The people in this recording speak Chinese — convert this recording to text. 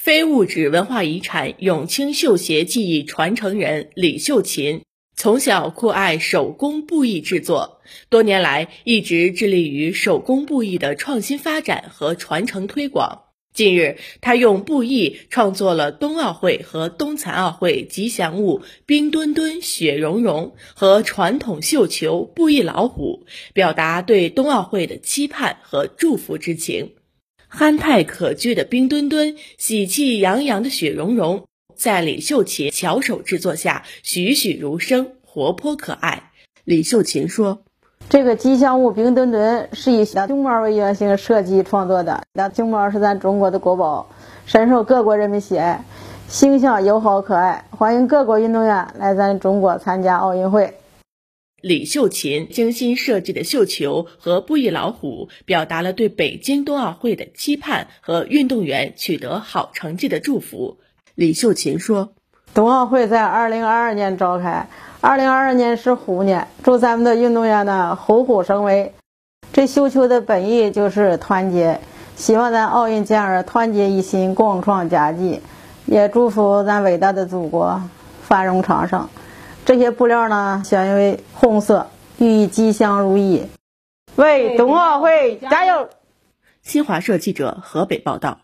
非物质文化遗产永清绣鞋技艺传承人李秀琴，从小酷爱手工布艺制作，多年来一直致力于手工布艺的创新发展和传承推广。近日，他用布艺创作了冬奥会和冬残奥会吉祥物冰墩墩、雪融融和传统绣球布艺老虎，表达对冬奥会的期盼和祝福之情。憨态可掬的冰墩墩，喜气洋洋的雪融融，在李秀琴巧手制作下栩栩如生，活泼可爱。李秀琴说， 这个吉祥物冰墩墩是以熊猫为原型设计创作的，熊猫是咱中国的国宝，深受各国人民喜爱，形象友好可爱，欢迎各国运动员来咱中国参加奥运会。 李秀琴精心设计的绣球和布艺老虎，表达了对北京冬奥会的期盼和运动员取得好成绩的祝福。李秀琴说， 冬奥会在2022年召开，2022年是虎年，祝咱们的运动员呢虎虎生威。这绣球的本意就是团结，希望咱奥运健儿团结一心，共创佳绩，也祝福咱伟大的祖国繁荣昌盛。这些布料呢选为红色，寓意吉祥如意，为冬奥会加油！ 新华社记者河北报道。